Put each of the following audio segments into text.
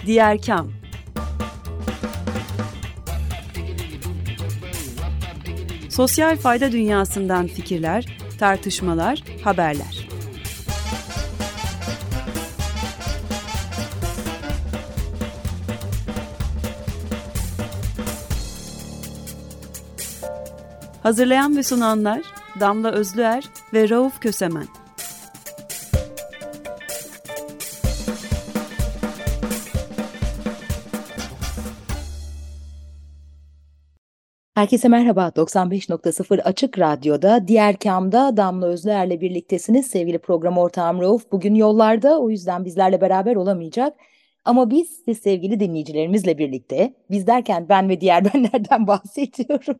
Diğer Kam. Sosyal fayda dünyasından fikirler, tartışmalar, haberler. Hazırlayan ve sunanlar Damla Özlüer ve Rauf Kösemen. Herkese merhaba. 95.0 Açık Radyo'da Diğer Kam'da Damla Özler'le birliktesiniz. Sevgili program ortağım Rauf bugün yollarda, o yüzden bizlerle beraber olamayacak. Ama siz sevgili dinleyicilerimizle birlikte, biz derken ben ve diğer benlerden bahsediyorum.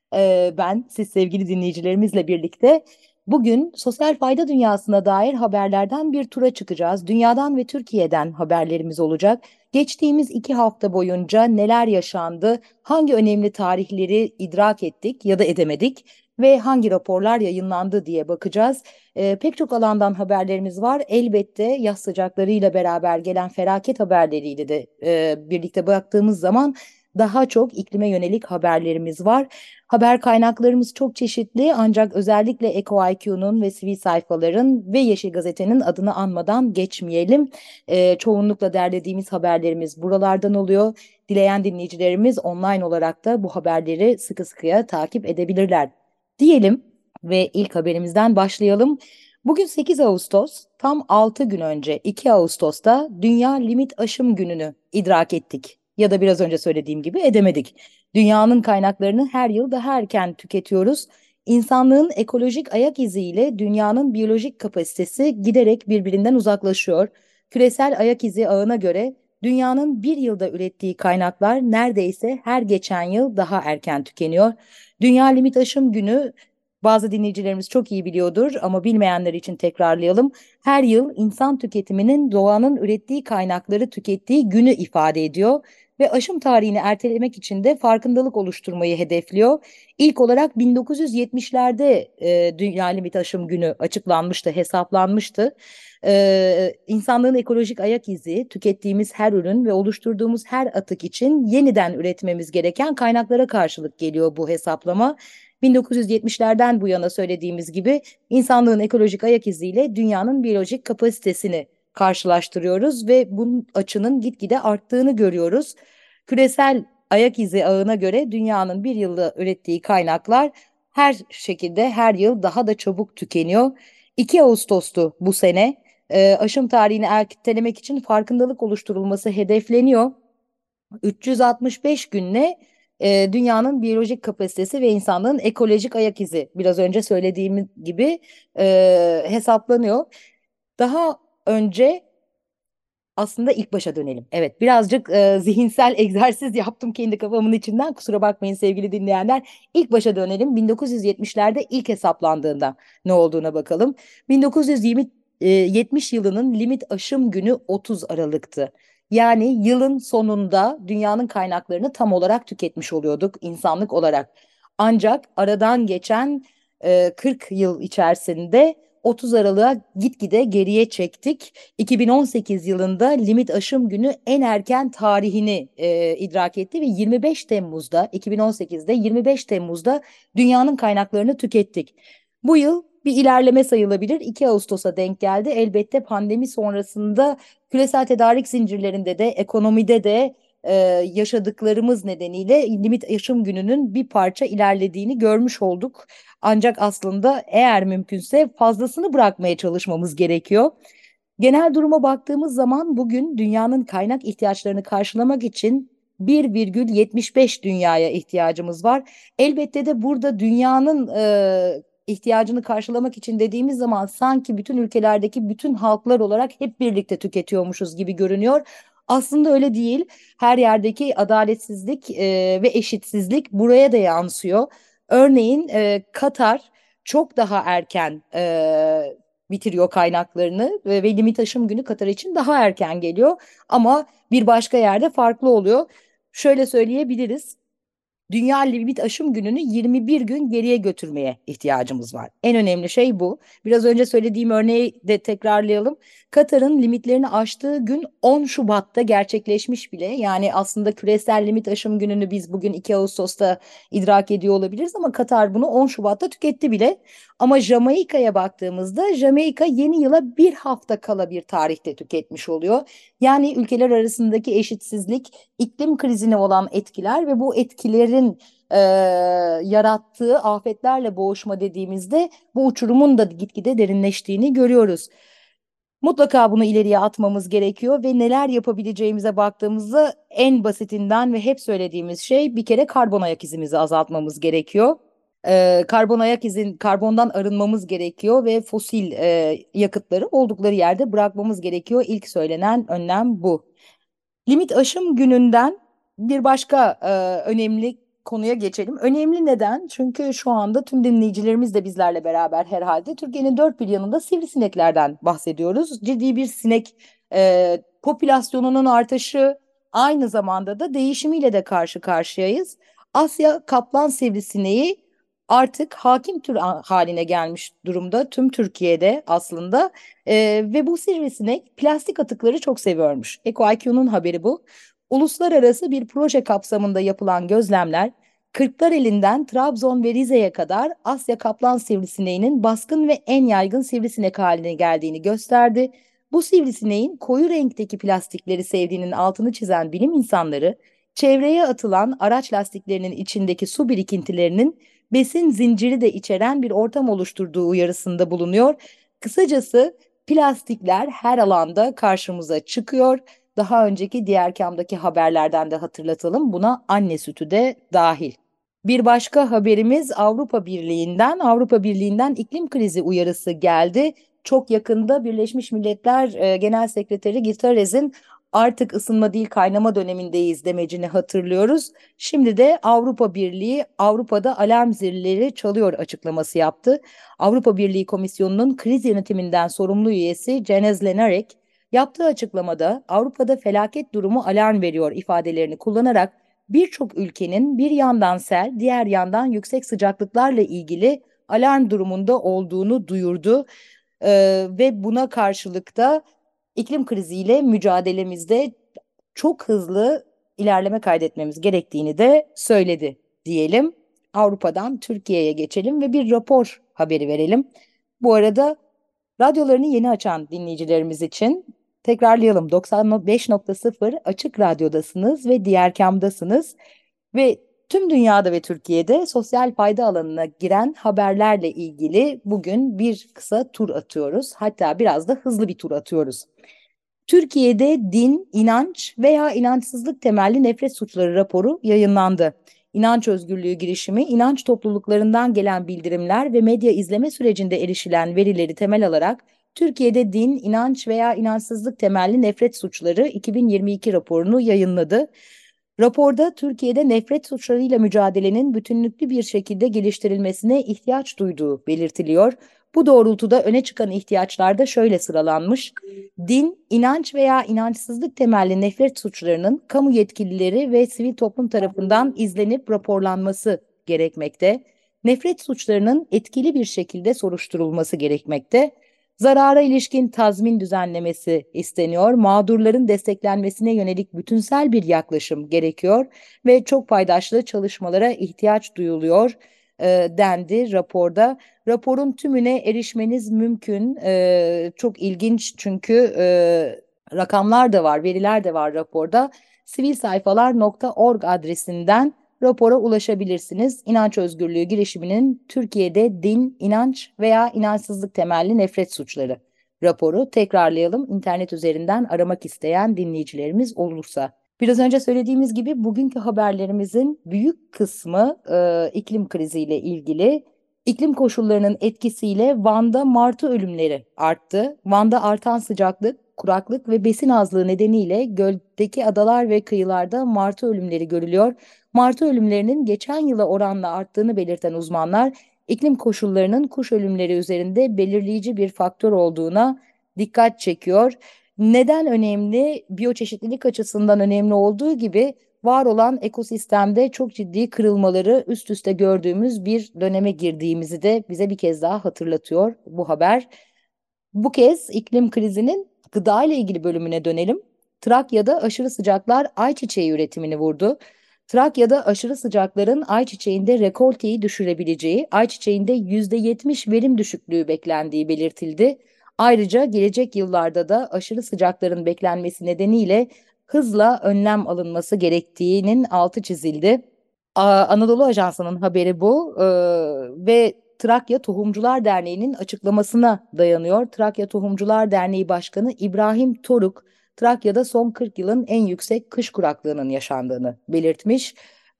Siz sevgili dinleyicilerimizle birlikte bugün sosyal fayda dünyasına dair haberlerden bir tura çıkacağız. Dünyadan ve Türkiye'den haberlerimiz olacak. Geçtiğimiz 2 hafta boyunca neler yaşandı, hangi önemli tarihleri idrak ettik ya da edemedik ve hangi raporlar yayınlandı diye bakacağız. Pek çok alandan haberlerimiz var. Elbette yaz sıcaklarıyla beraber gelen felaket haberleriyle de birlikte baktığımız zaman daha çok iklime yönelik haberlerimiz var. Haber kaynaklarımız çok çeşitli, ancak özellikle EcoIQ'nun ve sivil sayfaların ve Yeşil Gazete'nin adını anmadan geçmeyelim. Çoğunlukla derlediğimiz haberlerimiz buralardan oluyor. Dileyen dinleyicilerimiz online olarak da bu haberleri sıkı sıkıya takip edebilirler diyelim ve ilk haberimizden başlayalım. Bugün 8 Ağustos, tam 6 gün önce 2 Ağustos'ta Dünya Limit Aşım Günü'nü idrak ettik. Ya da biraz önce söylediğim gibi edemedik. Dünyanın kaynaklarını her yıl daha erken tüketiyoruz. İnsanlığın ekolojik ayak iziyle dünyanın biyolojik kapasitesi giderek birbirinden uzaklaşıyor. Küresel ayak izi ağına göre dünyanın bir yılda ürettiği kaynaklar neredeyse her geçen yıl daha erken tükeniyor. Dünya Limit Aşım Günü, bazı dinleyicilerimiz çok iyi biliyordur ama bilmeyenler için tekrarlayalım. Her yıl insan tüketiminin doğanın ürettiği kaynakları tükettiği günü ifade ediyor ve aşım tarihini ertelemek için de farkındalık oluşturmayı hedefliyor. İlk olarak 1970'lerde Dünya Limit Aşım Günü açıklanmıştı, hesaplanmıştı. İnsanlığın ekolojik ayak izi, tükettiğimiz her ürün ve oluşturduğumuz her atık için yeniden üretmemiz gereken kaynaklara karşılık geliyor bu hesaplama. 1970'lerden bu yana söylediğimiz gibi insanlığın ekolojik ayak iziyle dünyanın biyolojik kapasitesini karşılaştırıyoruz ve bunun açının gitgide arttığını görüyoruz. Küresel ayak izi ağına göre dünyanın bir yılda ürettiği kaynaklar her şekilde her yıl daha da çabuk tükeniyor. 2 Ağustos'tu bu sene. Aşım tarihini ertelemek için farkındalık oluşturulması hedefleniyor. 365 günle dünyanın biyolojik kapasitesi ve insanlığın ekolojik ayak izi biraz önce söylediğim gibi hesaplanıyor. Daha önce aslında ilk başa dönelim. Evet, birazcık zihinsel egzersiz yaptım kendi kafamın içinden. Kusura bakmayın sevgili dinleyenler. İlk başa dönelim. 1970'lerde ilk hesaplandığında ne olduğuna bakalım. 1970 yılının limit aşım günü 30 Aralık'tı. Yani yılın sonunda dünyanın kaynaklarını tam olarak tüketmiş oluyorduk insanlık olarak. Ancak aradan geçen 40 yıl içerisinde 30 Aralık'a gitgide geriye çektik. 2018 yılında limit aşım günü en erken tarihini idrak etti ve 25 Temmuz'da 2018'de 25 Temmuz'da dünyanın kaynaklarını tükettik. Bu yıl bir ilerleme sayılabilir. 2 Ağustos'a denk geldi. Elbette pandemi sonrasında küresel tedarik zincirlerinde de ekonomide de yaşadıklarımız nedeniyle limit aşım gününün bir parça ilerlediğini görmüş olduk. Ancak aslında eğer mümkünse fazlasını bırakmaya çalışmamız gerekiyor. Genel duruma baktığımız zaman bugün dünyanın kaynak ihtiyaçlarını karşılamak için 1,75 dünyaya ihtiyacımız var. Elbette de burada dünyanın ihtiyacını karşılamak için dediğimiz zaman sanki bütün ülkelerdeki bütün halklar olarak hep birlikte tüketiyormuşuz gibi görünüyor. Aslında öyle değil. Her yerdeki adaletsizlik ve eşitsizlik buraya da yansıyor. Örneğin Katar çok daha erken bitiriyor kaynaklarını ve limit aşım günü Katar için daha erken geliyor. Ama bir başka yerde farklı oluyor. Şöyle söyleyebiliriz. Dünya limit aşım gününü 21 gün geriye götürmeye ihtiyacımız var. En önemli şey bu. Biraz önce söylediğim örneği de tekrarlayalım. Katar'ın limitlerini aştığı gün 10 Şubat'ta gerçekleşmiş bile. Yani aslında küresel limit aşım gününü biz bugün 2 Ağustos'ta idrak ediyor olabiliriz ama Katar bunu 10 Şubat'ta tüketti bile. Ama Jamaika'ya baktığımızda Jamaika yeni yıla bir hafta kala bir tarihte tüketmiş oluyor. Yani ülkeler arasındaki eşitsizlik, iklim krizine olan etkiler ve bu etkilerin e, yarattığı afetlerle boğuşma dediğimizde bu uçurumun da gitgide derinleştiğini görüyoruz. Mutlaka bunu ileriye atmamız gerekiyor ve neler yapabileceğimize baktığımızda en basitinden ve hep söylediğimiz şey bir kere karbon ayak izimizi azaltmamız gerekiyor. Karbondan arınmamız gerekiyor ve fosil yakıtları oldukları yerde bırakmamız gerekiyor. İlk söylenen önlem bu. Limit aşım gününden bir başka önemli konuya geçelim. Önemli neden? Çünkü şu anda tüm dinleyicilerimiz de bizlerle beraber herhalde Türkiye'nin dört bir yanında sivrisineklerden bahsediyoruz. Ciddi bir sinek popülasyonunun artışı, aynı zamanda da değişimiyle de karşı karşıyayız. Asya kaplan sivrisineği artık hakim tür haline gelmiş durumda tüm Türkiye'de aslında. Ve bu sivrisinek plastik atıkları çok seviyormuş. EcoIQ'nun haberi bu. Uluslararası bir proje kapsamında yapılan gözlemler, Kırklareli'nden Trabzon ve Rize'ye kadar Asya kaplan sivrisineğinin baskın ve en yaygın sivrisinek haline geldiğini gösterdi. Bu sivrisineğin koyu renkteki plastikleri sevdiğinin altını çizen bilim insanları, çevreye atılan araç lastiklerinin içindeki su birikintilerinin besin zinciri de içeren bir ortam oluşturduğu uyarısında bulunuyor. Kısacası plastikler her alanda karşımıza çıkıyor. Daha önceki diğer kamdaki haberlerden de hatırlatalım. Buna anne sütü de dahil. Bir başka haberimiz Avrupa Birliği'nden. Avrupa Birliği'nden iklim krizi uyarısı geldi. Çok yakında Birleşmiş Milletler Genel Sekreteri Guterres'in artık ısınma değil kaynama dönemindeyiz demecini hatırlıyoruz. Şimdi de Avrupa Birliği Avrupa'da alarm zilleri çalıyor açıklaması yaptı. Avrupa Birliği Komisyonu'nun kriz yönetiminden sorumlu üyesi Janez Lenarek yaptığı açıklamada Avrupa'da felaket durumu alarm veriyor ifadelerini kullanarak birçok ülkenin bir yandan sel, diğer yandan yüksek sıcaklıklarla ilgili alarm durumunda olduğunu duyurdu. Ve buna karşılık da iklim kriziyle mücadelemizde çok hızlı ilerleme kaydetmemiz gerektiğini de söyledi diyelim. Avrupa'dan Türkiye'ye geçelim ve bir rapor haberi verelim. Bu arada radyolarını yeni açan dinleyicilerimiz için tekrarlayalım. 95.0 Açık Radyo'dasınız ve diğer kamdasınız ve tüm dünyada ve Türkiye'de sosyal fayda alanına giren haberlerle ilgili bugün bir kısa tur atıyoruz. Hatta biraz da hızlı bir tur atıyoruz. Türkiye'de din, inanç veya inançsızlık temelli nefret suçları raporu yayınlandı. İnanç özgürlüğü girişimi, inanç topluluklarından gelen bildirimler ve medya izleme sürecinde erişilen verileri temel alarak Türkiye'de din, inanç veya inançsızlık temelli nefret suçları 2022 raporunu yayınladı. Raporda Türkiye'de nefret suçlarıyla mücadelenin bütünlüklü bir şekilde geliştirilmesine ihtiyaç duyduğu belirtiliyor. Bu doğrultuda öne çıkan ihtiyaçlar da şöyle sıralanmış. Din, inanç veya inançsızlık temelli nefret suçlarının kamu yetkilileri ve sivil toplum tarafından izlenip raporlanması gerekmekte. Nefret suçlarının etkili bir şekilde soruşturulması gerekmekte. Zarara ilişkin tazmin düzenlemesi isteniyor. Mağdurların desteklenmesine yönelik bütünsel bir yaklaşım gerekiyor ve çok paydaşlı çalışmalara ihtiyaç duyuluyor dendi raporda. Raporun tümüne erişmeniz mümkün. Çok ilginç çünkü rakamlar da var, veriler de var raporda. Sivilsayfalar.org adresinden rapora ulaşabilirsiniz. İnanç özgürlüğü girişiminin Türkiye'de din, inanç veya inançsızlık temelli nefret suçları raporu. Tekrarlayalım, internet üzerinden aramak isteyen dinleyicilerimiz olursa. Biraz önce söylediğimiz gibi bugünkü haberlerimizin büyük kısmı iklim kriziyle ilgili. İklim koşullarının etkisiyle Van'da martı ölümleri arttı. Van'da artan sıcaklık, kuraklık ve besin azlığı nedeniyle göldeki adalar ve kıyılarda martı ölümleri görülüyor. Martı ölümlerinin geçen yıla oranla arttığını belirten uzmanlar, iklim koşullarının kuş ölümleri üzerinde belirleyici bir faktör olduğuna dikkat çekiyor. Neden önemli? Biyoçeşitlilik açısından önemli olduğu gibi var olan ekosistemde çok ciddi kırılmaları üst üste gördüğümüz bir döneme girdiğimizi de bize bir kez daha hatırlatıyor bu haber. Bu kez iklim krizinin gıda ile ilgili bölümüne dönelim. Trakya'da aşırı sıcaklar ayçiçeği üretimini vurdu. Trakya'da aşırı sıcakların ayçiçeğinde rekolteyi düşürebileceği, ayçiçeğinde %70 verim düşüklüğü beklendiği belirtildi. Ayrıca gelecek yıllarda da aşırı sıcakların beklenmesi nedeniyle hızla önlem alınması gerektiğinin altı çizildi. Anadolu Ajansı'nın haberi bu ve Trakya Tohumcular Derneği'nin açıklamasına dayanıyor. Trakya Tohumcular Derneği Başkanı İbrahim Toruk, Trakya'da son 40 yılın en yüksek kış kuraklığının yaşandığını belirtmiş.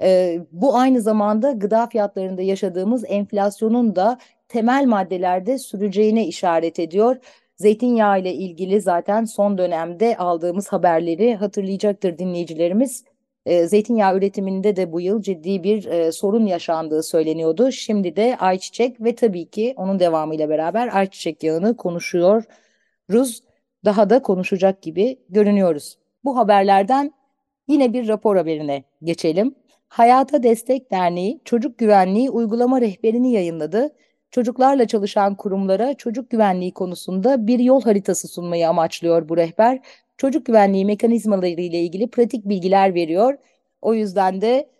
Bu aynı zamanda gıda fiyatlarında yaşadığımız enflasyonun da temel maddelerde süreceğine işaret ediyor. Zeytinyağı ile ilgili zaten son dönemde aldığımız haberleri hatırlayacaktır dinleyicilerimiz. Zeytinyağı üretiminde de bu yıl ciddi bir sorun yaşandığı söyleniyordu. Şimdi de ayçiçek ve tabii ki onun devamıyla beraber ayçiçek yağını konuşuyoruz. Daha da konuşacak gibi görünüyoruz. Bu haberlerden yine bir rapor haberine geçelim. Hayata Destek Derneği Çocuk Güvenliği Uygulama Rehberini yayınladı. Çocuklarla çalışan kurumlara çocuk güvenliği konusunda bir yol haritası sunmayı amaçlıyor bu rehber. Çocuk güvenliği mekanizmaları ile ilgili pratik bilgiler veriyor. O yüzden de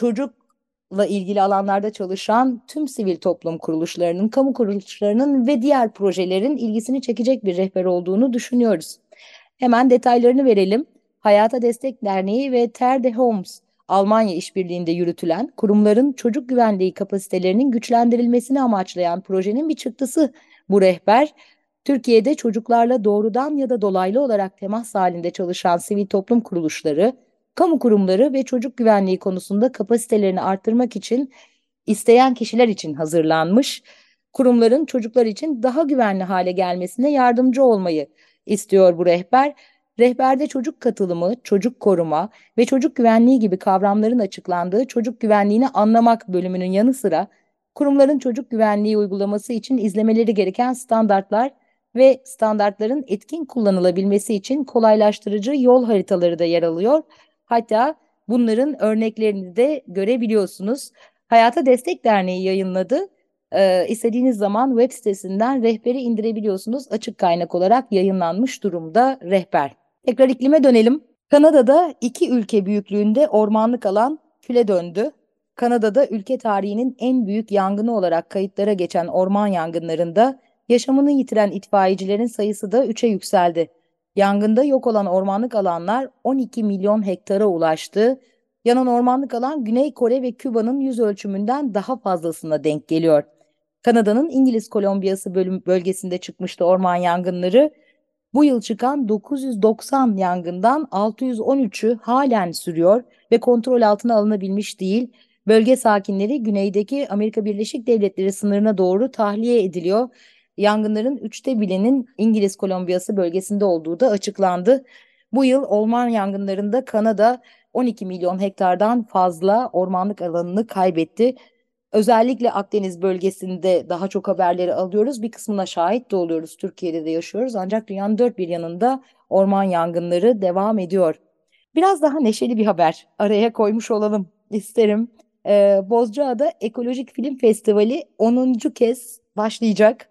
çocukla ilgili alanlarda çalışan tüm sivil toplum kuruluşlarının, kamu kuruluşlarının ve diğer projelerin ilgisini çekecek bir rehber olduğunu düşünüyoruz. Hemen detaylarını verelim. Hayata Destek Derneği ve Terde Homes Almanya işbirliğinde yürütülen kurumların çocuk güvenliği kapasitelerinin güçlendirilmesini amaçlayan projenin bir çıktısı bu rehber. Türkiye'de çocuklarla doğrudan ya da dolaylı olarak temas halinde çalışan sivil toplum kuruluşları, kamu kurumları ve çocuk güvenliği konusunda kapasitelerini arttırmak için isteyen kişiler için hazırlanmış. Kurumların çocuklar için daha güvenli hale gelmesine yardımcı olmayı istiyor bu rehber. Rehberde çocuk katılımı, çocuk koruma ve çocuk güvenliği gibi kavramların açıklandığı çocuk güvenliğini anlamak bölümünün yanı sıra kurumların çocuk güvenliği uygulaması için izlemeleri gereken standartlar ve standartların etkin kullanılabilmesi için kolaylaştırıcı yol haritaları da yer alıyor. Hatta bunların örneklerini de görebiliyorsunuz. Hayata Destek Derneği yayınladı. İstediğiniz zaman web sitesinden rehberi indirebiliyorsunuz. Açık kaynak olarak yayınlanmış durumda rehber. Tekrar iklime dönelim. Kanada'da iki ülke büyüklüğünde ormanlık alan küle döndü. Kanada'da ülke tarihinin en büyük yangını olarak kayıtlara geçen orman yangınlarında yaşamını yitiren itfaiyecilerin sayısı da 3'e yükseldi. Yangında yok olan ormanlık alanlar 12 milyon hektara ulaştı. Yanan ormanlık alan Güney Kore ve Küba'nın yüz ölçümünden daha fazlasına denk geliyor. Kanada'nın İngiliz Kolombiyası bölgesinde çıkmıştı orman yangınları. Bu yıl çıkan 990 yangından 613'ü halen sürüyor ve kontrol altına alınabilmiş değil. Bölge sakinleri güneydeki Amerika Birleşik Devletleri sınırına doğru tahliye ediliyor. Yangınların 1/3'inin İngiliz Kolombiyası bölgesinde olduğu da açıklandı. Bu yıl orman yangınlarında Kanada 12 milyon hektardan fazla ormanlık alanını kaybetti. Özellikle Akdeniz bölgesinde daha çok haberleri alıyoruz. Bir kısmına şahit de oluyoruz. Türkiye'de de yaşıyoruz. Ancak dünyanın dört bir yanında orman yangınları devam ediyor. Biraz daha neşeli bir haber araya koymuş olalım isterim. Bozcaada Ekolojik Film Festivali 10. kez başlayacak.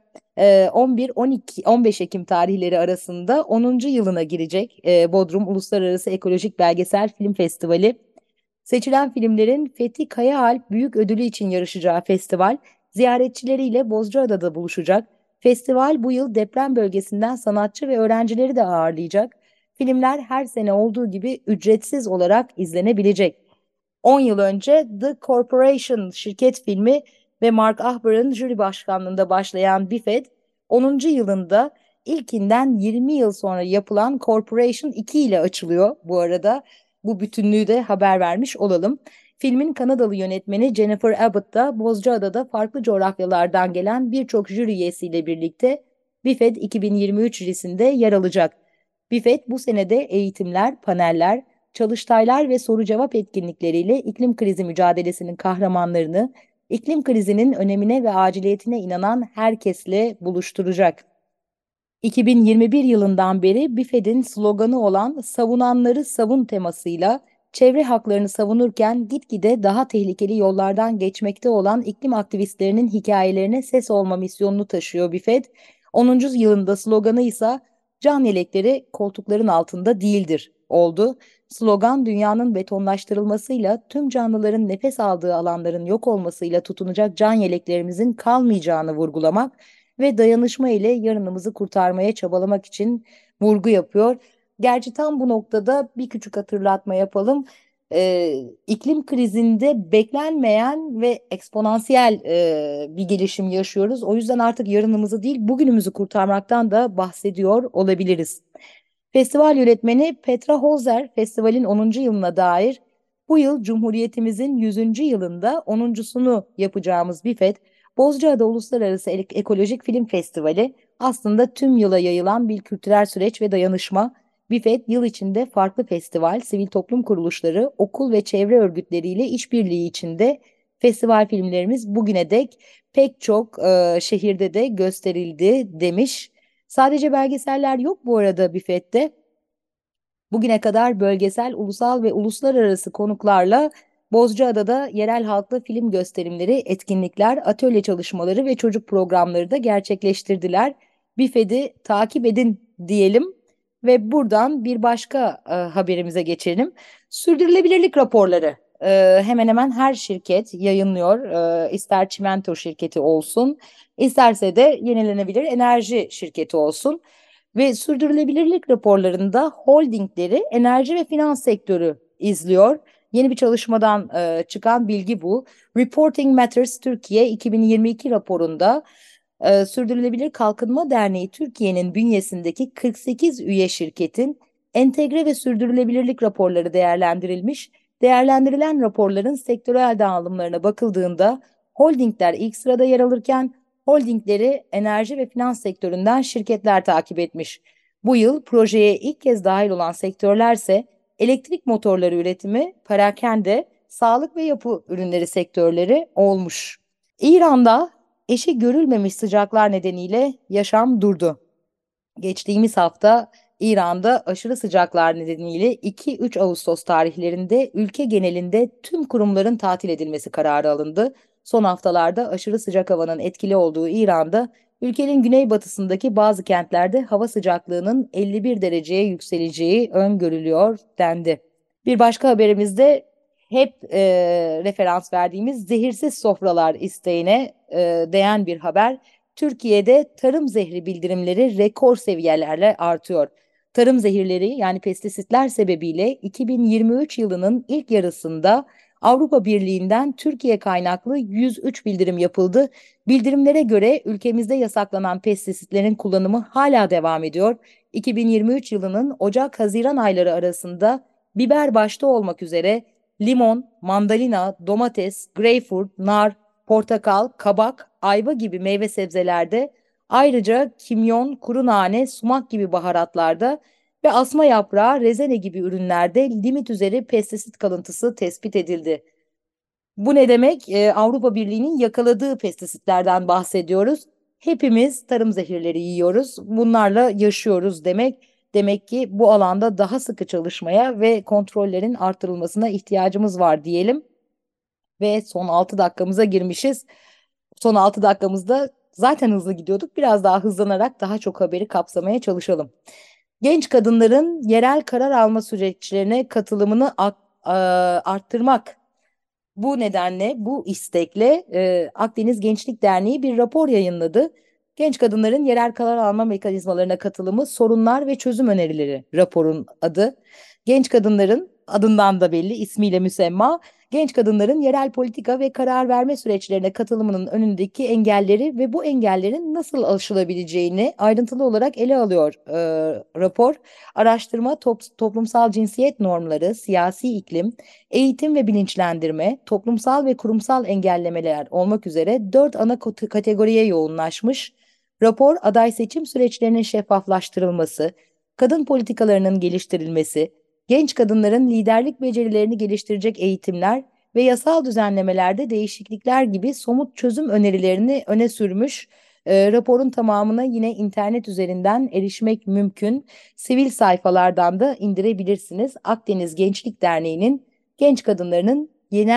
11, 12, 15 Ekim tarihleri arasında 10. yılına girecek Bodrum Uluslararası Ekolojik Belgesel Film Festivali. Seçilen filmlerin Fethi Kayaalp Büyük Ödülü için yarışacağı festival, ziyaretçileriyle Bozcaada'da buluşacak. Festival bu yıl deprem bölgesinden sanatçı ve öğrencileri de ağırlayacak. Filmler her sene olduğu gibi ücretsiz olarak izlenebilecek. 10 yıl önce The Corporation şirket filmi ve Mark Ahber'ın jüri başkanlığında başlayan BİFED, 10. yılında ilkinden 20 yıl sonra yapılan Corporation 2 ile açılıyor bu arada. Bu bütünlüğü de haber vermiş olalım. Filmin Kanadalı yönetmeni Jennifer Abbott da Bozcaada'da farklı coğrafyalardan gelen birçok jüri üyesiyle birlikte BİFED 2023 jürisinde yer alacak. BİFED bu senede eğitimler, paneller, çalıştaylar ve soru-cevap etkinlikleriyle iklim krizi mücadelesinin kahramanlarını, iklim krizinin önemine ve aciliyetine inanan herkesle buluşturacak. 2021 yılından beri BİFED'in sloganı olan "Savunanları savun" temasıyla çevre haklarını savunurken gitgide daha tehlikeli yollardan geçmekte olan iklim aktivistlerinin hikayelerine ses olma misyonunu taşıyor BİFED. 10. yılında sloganı ise "Can yelekleri koltukların altında değildir" oldu. Slogan, dünyanın betonlaştırılmasıyla, tüm canlıların nefes aldığı alanların yok olmasıyla tutunacak can yeleklerimizin kalmayacağını vurgulamak ve dayanışma ile yarınımızı kurtarmaya çabalamak için vurgu yapıyor. Gerçi tam bu noktada bir küçük hatırlatma yapalım. İklim krizinde beklenmeyen ve eksponansiyel bir gelişim yaşıyoruz. O yüzden artık yarınımızı değil, bugünümüzü kurtarmaktan da bahsediyor olabiliriz. Festival yönetmeni Petra Holzer, festivalin 10. yılına dair "Bu yıl Cumhuriyetimizin 100. yılında 10.sunu yapacağımız BİFET, Bozcaada Uluslararası Ekolojik Film Festivali aslında tüm yıla yayılan bir kültürel süreç ve dayanışma. BİFET yıl içinde farklı festival, sivil toplum kuruluşları, okul ve çevre örgütleriyle işbirliği içinde festival filmlerimiz bugüne dek pek çok şehirde de gösterildi" demiş. Sadece belgeseller yok bu arada BİFET'te. Bugüne kadar bölgesel, ulusal ve uluslararası konuklarla Bozcaada'da yerel halkla film gösterimleri, etkinlikler, atölye çalışmaları ve çocuk programları da gerçekleştirdiler. BİFED'i takip edin diyelim ve buradan bir başka haberimize geçelim. Sürdürülebilirlik raporları. Hemen hemen her şirket yayınlıyor. İster çimento şirketi olsun, isterse de yenilenebilir enerji şirketi olsun. Ve sürdürülebilirlik raporlarında holdingleri enerji ve finans sektörü izliyor. Yeni bir çalışmadan çıkan bilgi bu. Reporting Matters Türkiye 2022 raporunda Sürdürülebilir Kalkınma Derneği Türkiye'nin bünyesindeki 48 üye şirketin entegre ve sürdürülebilirlik raporları değerlendirilmiş. Değerlendirilen raporların sektörel dağılımlarına bakıldığında holdingler ilk sırada yer alırken holdingleri enerji ve finans sektöründen şirketler takip etmiş. Bu yıl projeye ilk kez dahil olan sektörlerse elektrik motorları üretimi, perakende, sağlık ve yapı ürünleri sektörleri olmuş. İran'da eşi görülmemiş sıcaklar nedeniyle yaşam durdu. Geçtiğimiz hafta İran'da aşırı sıcaklar nedeniyle 2-3 Ağustos tarihlerinde ülke genelinde tüm kurumların tatil edilmesi kararı alındı. Son haftalarda aşırı sıcak havanın etkili olduğu İran'da ülkenin güneybatısındaki bazı kentlerde hava sıcaklığının 51 dereceye yükseleceği öngörülüyor dendi. Bir başka haberimizde hep referans verdiğimiz zehirsiz sofralar isteğine değen bir haber. Türkiye'de tarım zehri bildirimleri rekor seviyelerle artıyor. Tarım zehirleri yani pestisitler sebebiyle 2023 yılının ilk yarısında Avrupa Birliği'nden Türkiye kaynaklı 103 bildirim yapıldı. Bildirimlere göre ülkemizde yasaklanan pestisitlerin kullanımı hala devam ediyor. 2023 yılının Ocak-Haziran ayları arasında biber başta olmak üzere limon, mandalina, domates, greyfurt, nar, portakal, kabak, ayva gibi meyve sebzelerde, ayrıca kimyon, kuru nane, sumak gibi baharatlarda ve asma yaprağı, rezene gibi ürünlerde limit üzeri pestisit kalıntısı tespit edildi. Bu ne demek? Avrupa Birliği'nin yakaladığı pestisitlerden bahsediyoruz. Hepimiz tarım zehirleri yiyoruz. Bunlarla yaşıyoruz demek. Demek ki bu alanda daha sıkı çalışmaya ve kontrollerin artırılmasına ihtiyacımız var diyelim. Ve son 6 dakikamıza girmişiz. Son 6 dakikamızda zaten hızlı gidiyorduk. Biraz daha hızlanarak daha çok haberi kapsamaya çalışalım. Genç kadınların yerel karar alma süreçlerine katılımını arttırmak. Bu nedenle, bu istekle Akdeniz Gençlik Derneği bir rapor yayınladı. Genç kadınların yerel karar alma mekanizmalarına katılımı, sorunlar ve çözüm önerileri raporun adı. Genç kadınların, adından da belli, ismiyle müsemma, genç kadınların yerel politika ve karar verme süreçlerine katılımının önündeki engelleri ve bu engellerin nasıl aşılabileceğini ayrıntılı olarak ele alıyor rapor. Araştırma, toplumsal cinsiyet normları, siyasi iklim, eğitim ve bilinçlendirme, toplumsal ve kurumsal engellemeler olmak üzere 4 ana kategoriye yoğunlaşmış. Rapor, aday seçim süreçlerinin şeffaflaştırılması, kadın politikalarının geliştirilmesi, genç kadınların liderlik becerilerini geliştirecek eğitimler ve yasal düzenlemelerde değişiklikler gibi somut çözüm önerilerini öne sürmüş. Raporun tamamına yine internet üzerinden erişmek mümkün. Sivil sayfalardan da indirebilirsiniz. Akdeniz Gençlik Derneği'nin genç kadınlarının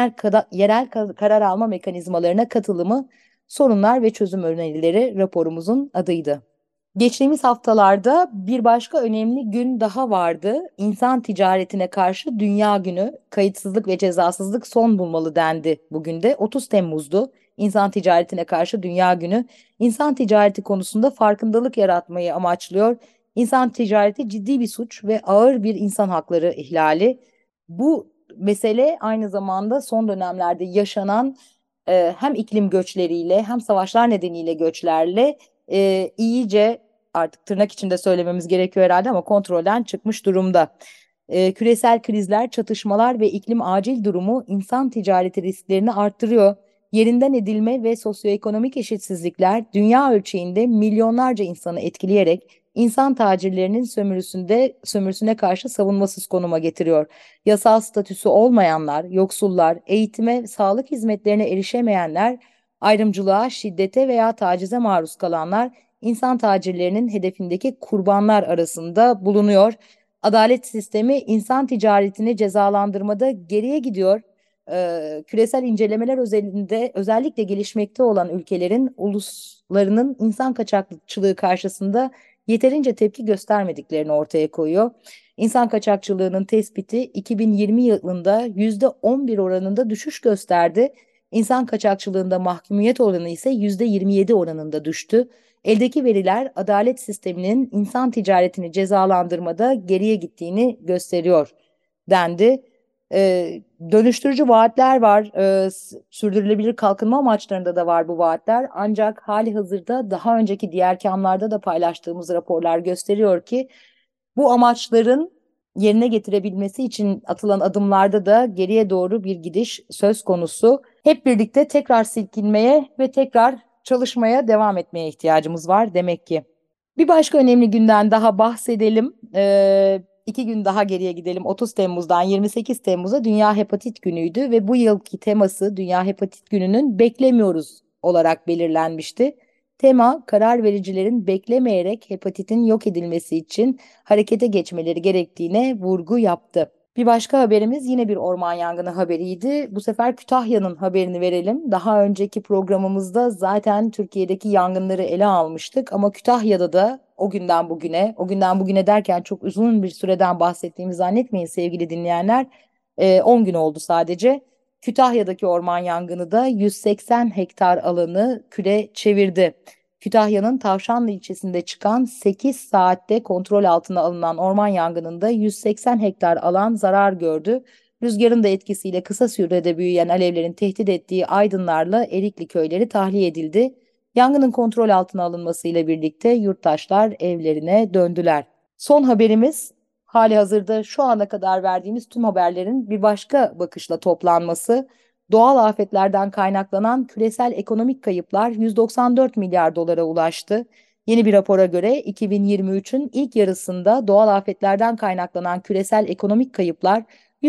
yerel karar alma mekanizmalarına katılımı, sorunlar ve çözüm önerileri raporumuzun adıydı. Geçtiğimiz haftalarda bir başka önemli gün daha vardı. İnsan ticaretine karşı Dünya Günü. Kayıtsızlık ve cezasızlık son bulmalı dendi bugün de. 30 Temmuz'du. İnsan ticaretine karşı Dünya Günü. İnsan ticareti konusunda farkındalık yaratmayı amaçlıyor. İnsan ticareti ciddi bir suç ve ağır bir insan hakları ihlali. Bu mesele aynı zamanda son dönemlerde yaşanan hem iklim göçleriyle hem savaşlar nedeniyle göçlerle iyice, artık tırnak içinde söylememiz gerekiyor herhalde ama kontrolden çıkmış durumda. Küresel krizler, çatışmalar ve iklim acil durumu insan ticareti risklerini arttırıyor. Yerinden edilme ve sosyoekonomik eşitsizlikler dünya ölçeğinde milyonlarca insanı etkileyerek insan tacirlerinin sömürüsüne karşı savunmasız konuma getiriyor. Yasal statüsü olmayanlar, yoksullar, eğitime, sağlık hizmetlerine erişemeyenler, ayrımcılığa, şiddete veya tacize maruz kalanlar insan tacirlerinin hedefindeki kurbanlar arasında bulunuyor. Adalet sistemi insan ticaretini cezalandırmada geriye gidiyor. Küresel incelemeler özelinde özellikle gelişmekte olan ülkelerin uluslarının insan kaçakçılığı karşısında yeterince tepki göstermediklerini ortaya koyuyor. İnsan kaçakçılığının tespiti 2020 yılında %11 oranında düşüş gösterdi. İnsan kaçakçılığında mahkumiyet oranı ise %27 oranında düştü. Eldeki veriler adalet sisteminin insan ticaretini cezalandırmada geriye gittiğini gösteriyor dendi. Dönüştürücü vaatler var. Sürdürülebilir kalkınma amaçlarında da var bu vaatler. Ancak hali hazırda daha önceki diğer kamlarda da paylaştığımız raporlar gösteriyor ki bu amaçların yerine getirebilmesi için atılan adımlarda da geriye doğru bir gidiş söz konusu. Hep birlikte tekrar silkinmeye ve tekrar çalışmaya devam etmeye ihtiyacımız var demek ki. Bir başka önemli günden daha bahsedelim. 2 gün daha geriye gidelim. 30 Temmuz'dan 28 Temmuz'a Dünya Hepatit Günü'ydü ve bu yılki teması Dünya Hepatit Günü'nün beklemiyoruz olarak belirlenmişti. Tema, karar vericilerin beklemeyerek hepatitin yok edilmesi için harekete geçmeleri gerektiğine vurgu yaptı. Bir başka haberimiz yine bir orman yangını haberiydi. Bu sefer Kütahya'nın haberini verelim. Daha önceki programımızda zaten Türkiye'deki yangınları ele almıştık ama Kütahya'da da o günden bugüne derken çok uzun bir süreden bahsettiğimi zannetmeyin sevgili dinleyenler. 10 gün oldu sadece. Kütahya'daki orman yangını da 180 hektar alanı küle çevirdi. Kütahya'nın Tavşanlı ilçesinde çıkan 8 saatte kontrol altına alınan orman yangınında 180 hektar alan zarar gördü. Rüzgarın da etkisiyle kısa sürede büyüyen alevlerin tehdit ettiği Aydınlarla Erikli köyleri tahliye edildi. Yangının kontrol altına alınmasıyla birlikte yurttaşlar evlerine döndüler. Son haberimiz, hali hazırda şu ana kadar verdiğimiz tüm haberlerin bir başka bakışla toplanması. Doğal afetlerden kaynaklanan küresel ekonomik kayıplar 194 milyar dolara ulaştı. Yeni bir rapora göre 2023'ün ilk yarısında doğal afetlerden kaynaklanan küresel ekonomik kayıplar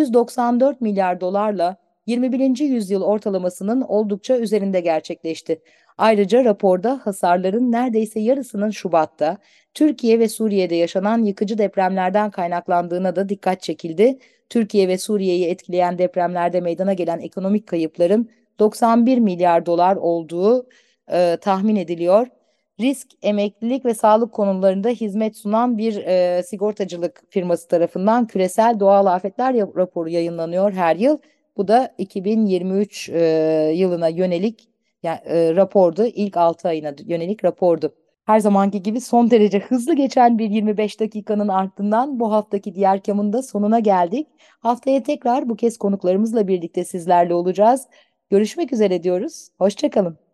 194 milyar dolarla 21. yüzyıl ortalamasının oldukça üzerinde gerçekleşti. Ayrıca raporda hasarların neredeyse yarısının Şubat'ta, Türkiye ve Suriye'de yaşanan yıkıcı depremlerden kaynaklandığına da dikkat çekildi. Türkiye ve Suriye'yi etkileyen depremlerde meydana gelen ekonomik kayıpların 91 milyar dolar olduğu tahmin ediliyor. Risk, emeklilik ve sağlık konularında hizmet sunan bir sigortacılık firması tarafından küresel doğal afetler raporu yayınlanıyor her yıl. Bu da 2023 yılına yönelik rapordu. İlk 6 ayına yönelik rapordu. Her zamanki gibi son derece hızlı geçen bir 25 dakikanın ardından bu haftaki diğer kamın da sonuna geldik. Haftaya tekrar bu kez konuklarımızla birlikte sizlerle olacağız. Görüşmek üzere diyoruz. Hoşça kalın.